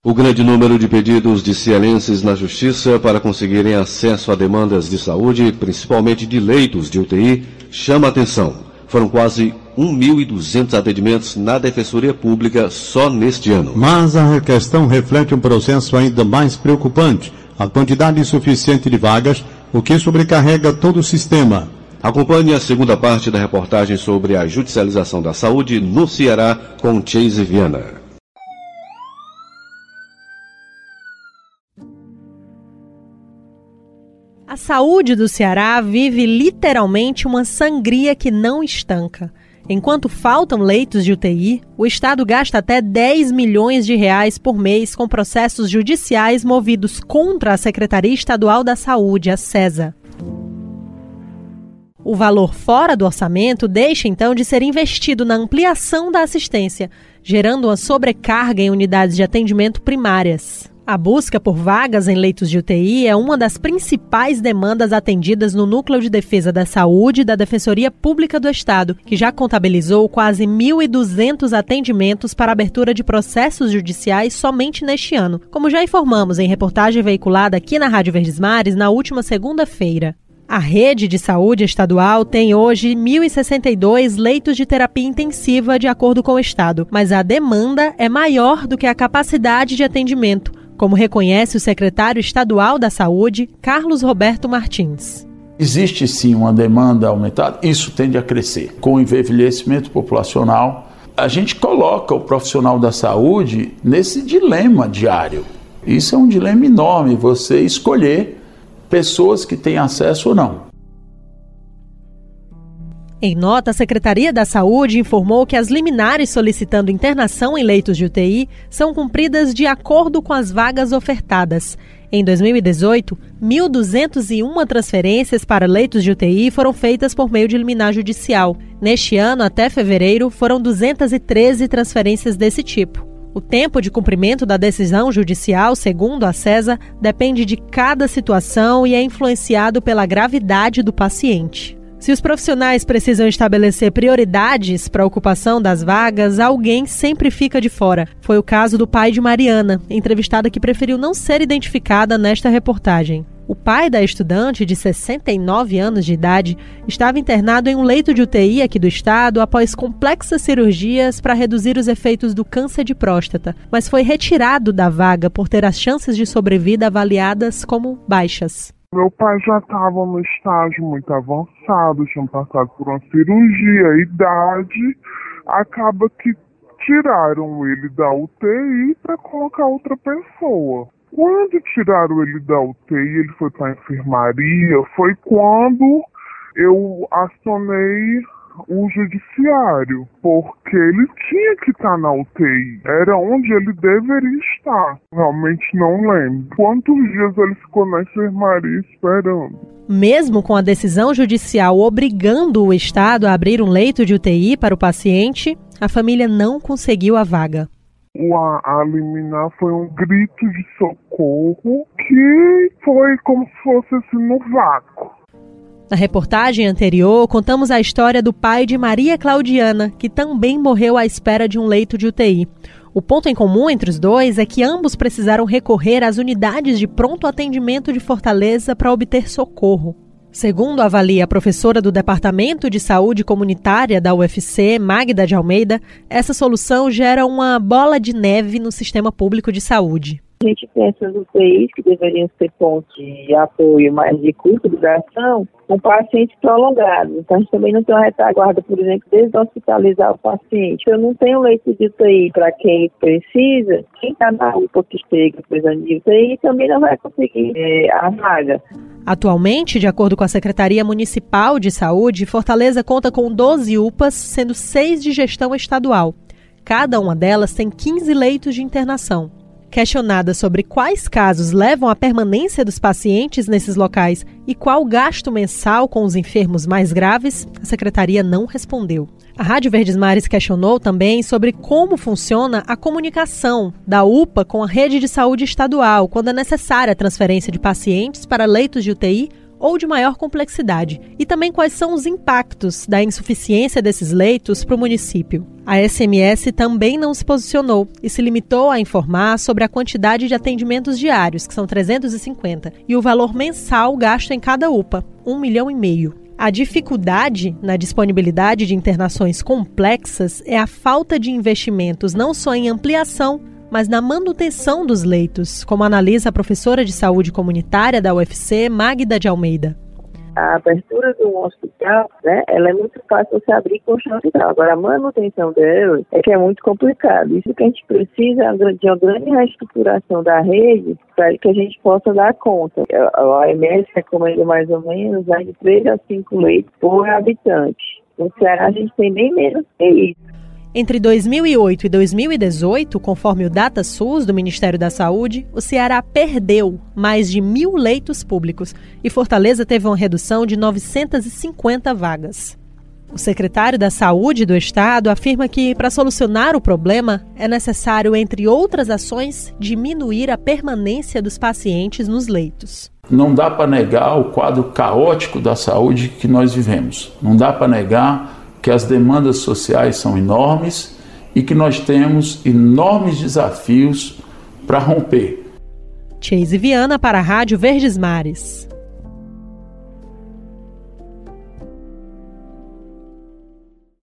O grande número de pedidos de cearenses na Justiça para conseguirem acesso a demandas de saúde, principalmente de leitos de UTI, chama a atenção. Foram quase 1.200 atendimentos na Defensoria Pública só neste ano. Mas a questão reflete um processo ainda mais preocupante: a quantidade insuficiente de vagas, o que sobrecarrega todo o sistema. Acompanhe a segunda parte da reportagem sobre a judicialização da saúde no Ceará com Chase Viana. A saúde do Ceará vive literalmente uma sangria que não estanca. Enquanto faltam leitos de UTI, o Estado gasta até 10 milhões de reais por mês com processos judiciais movidos contra a Secretaria Estadual da Saúde, a SESA. O valor fora do orçamento deixa então de ser investido na ampliação da assistência, gerando uma sobrecarga em unidades de atendimento primárias. A busca por vagas em leitos de UTI é uma das principais demandas atendidas no Núcleo de Defesa da Saúde da Defensoria Pública do Estado, que já contabilizou quase 1.200 atendimentos para abertura de processos judiciais somente neste ano, como já informamos em reportagem veiculada aqui na Rádio Verdes Mares na última segunda-feira. A rede de saúde estadual tem hoje 1.062 leitos de terapia intensiva de acordo com o Estado, mas a demanda é maior do que a capacidade de atendimento, como reconhece o secretário estadual da Saúde, Carlos Roberto Martins. Existe sim uma demanda aumentada, isso tende a crescer. Com o envelhecimento populacional, a gente coloca o profissional da saúde nesse dilema diário. Isso é um dilema enorme, você escolher pessoas que têm acesso ou não. Em nota, a Secretaria da Saúde informou que as liminares solicitando internação em leitos de UTI são cumpridas de acordo com as vagas ofertadas. Em 2018, 1.201 transferências para leitos de UTI foram feitas por meio de liminar judicial. Neste ano, até fevereiro, foram 213 transferências desse tipo. O tempo de cumprimento da decisão judicial, segundo a SESA, depende de cada situação e é influenciado pela gravidade do paciente. Se os profissionais precisam estabelecer prioridades para a ocupação das vagas, alguém sempre fica de fora. Foi o caso do pai de Mariana, entrevistada que preferiu não ser identificada nesta reportagem. O pai da estudante, de 69 anos de idade, estava internado em um leito de UTI aqui do estado após complexas cirurgias para reduzir os efeitos do câncer de próstata, mas foi retirado da vaga por ter as chances de sobrevida avaliadas como baixas. Meu pai já estava no estágio muito avançado, tinha passado por uma cirurgia, a idade, acaba que tiraram ele da UTI para colocar outra pessoa. Quando tiraram ele da UTI, ele foi para a enfermaria, foi quando eu acionei o judiciário, porque ele tinha que estar na UTI, era onde ele deveria estar. Realmente não lembro quantos dias ele ficou na enfermaria esperando. Mesmo com a decisão judicial obrigando o Estado a abrir um leito de UTI para o paciente, a família não conseguiu a vaga. A liminar foi um grito de socorro que foi como se fosse assim no vácuo. Na reportagem anterior, contamos a história do pai de Maria Claudiana, que também morreu à espera de um leito de UTI. O ponto em comum entre os dois é que ambos precisaram recorrer às unidades de pronto atendimento de Fortaleza para obter socorro. Segundo avalia a professora do Departamento de Saúde Comunitária da UFC, Magda de Almeida, essa solução gera uma bola de neve no sistema público de saúde. A gente pensa nos UTIs que deveriam ser pontos de apoio, mas de curta duração, com pacientes prolongados. Então, a gente também não tem uma retaguarda, por exemplo, deshospitalizar o paciente. Eu não tenho leito de UTI para quem precisa, quem está na UPA que chega precisando de UTI também não vai conseguir a vaga. Atualmente, de acordo com a Secretaria Municipal de Saúde, Fortaleza conta com 12 UPAs, sendo 6 de gestão estadual. Cada uma delas tem 15 leitos de internação. Questionada sobre quais casos levam à permanência dos pacientes nesses locais e qual o gasto mensal com os enfermos mais graves, a secretaria não respondeu. A Rádio Verdes Mares questionou também sobre como funciona a comunicação da UPA com a rede de saúde estadual quando é necessária a transferência de pacientes para leitos de UTI ou de maior complexidade, e também quais são os impactos da insuficiência desses leitos para o município. A SMS também não se posicionou e se limitou a informar sobre a quantidade de atendimentos diários, que são 350, e o valor mensal gasto em cada UPA, R$1,5 milhão. A dificuldade na disponibilidade de internações complexas é a falta de investimentos não só em ampliação, mas na manutenção dos leitos, como analisa a professora de saúde comunitária da UFC, Magda de Almeida. A abertura de um hospital, ela é muito fácil você abrir com o hospital. Agora, a manutenção dela é que é muito complicado. Isso que a gente precisa de uma grande reestruturação da rede para que a gente possa dar conta. A OMS recomenda mais ou menos de 3 a 5 leitos por habitante. No Ceará, a gente tem bem menos que isso. Entre 2008 e 2018, conforme o DataSUS do Ministério da Saúde, o Ceará perdeu mais de 1.000 leitos públicos e Fortaleza teve uma redução de 950 vagas. O secretário da Saúde do Estado afirma que, para solucionar o problema, é necessário, entre outras ações, diminuir a permanência dos pacientes nos leitos. Não dá para negar o quadro caótico da saúde que nós vivemos. Não dá para negar que as demandas sociais são enormes e que nós temos enormes desafios para romper. Chase Viana para a Rádio Verdes Mares.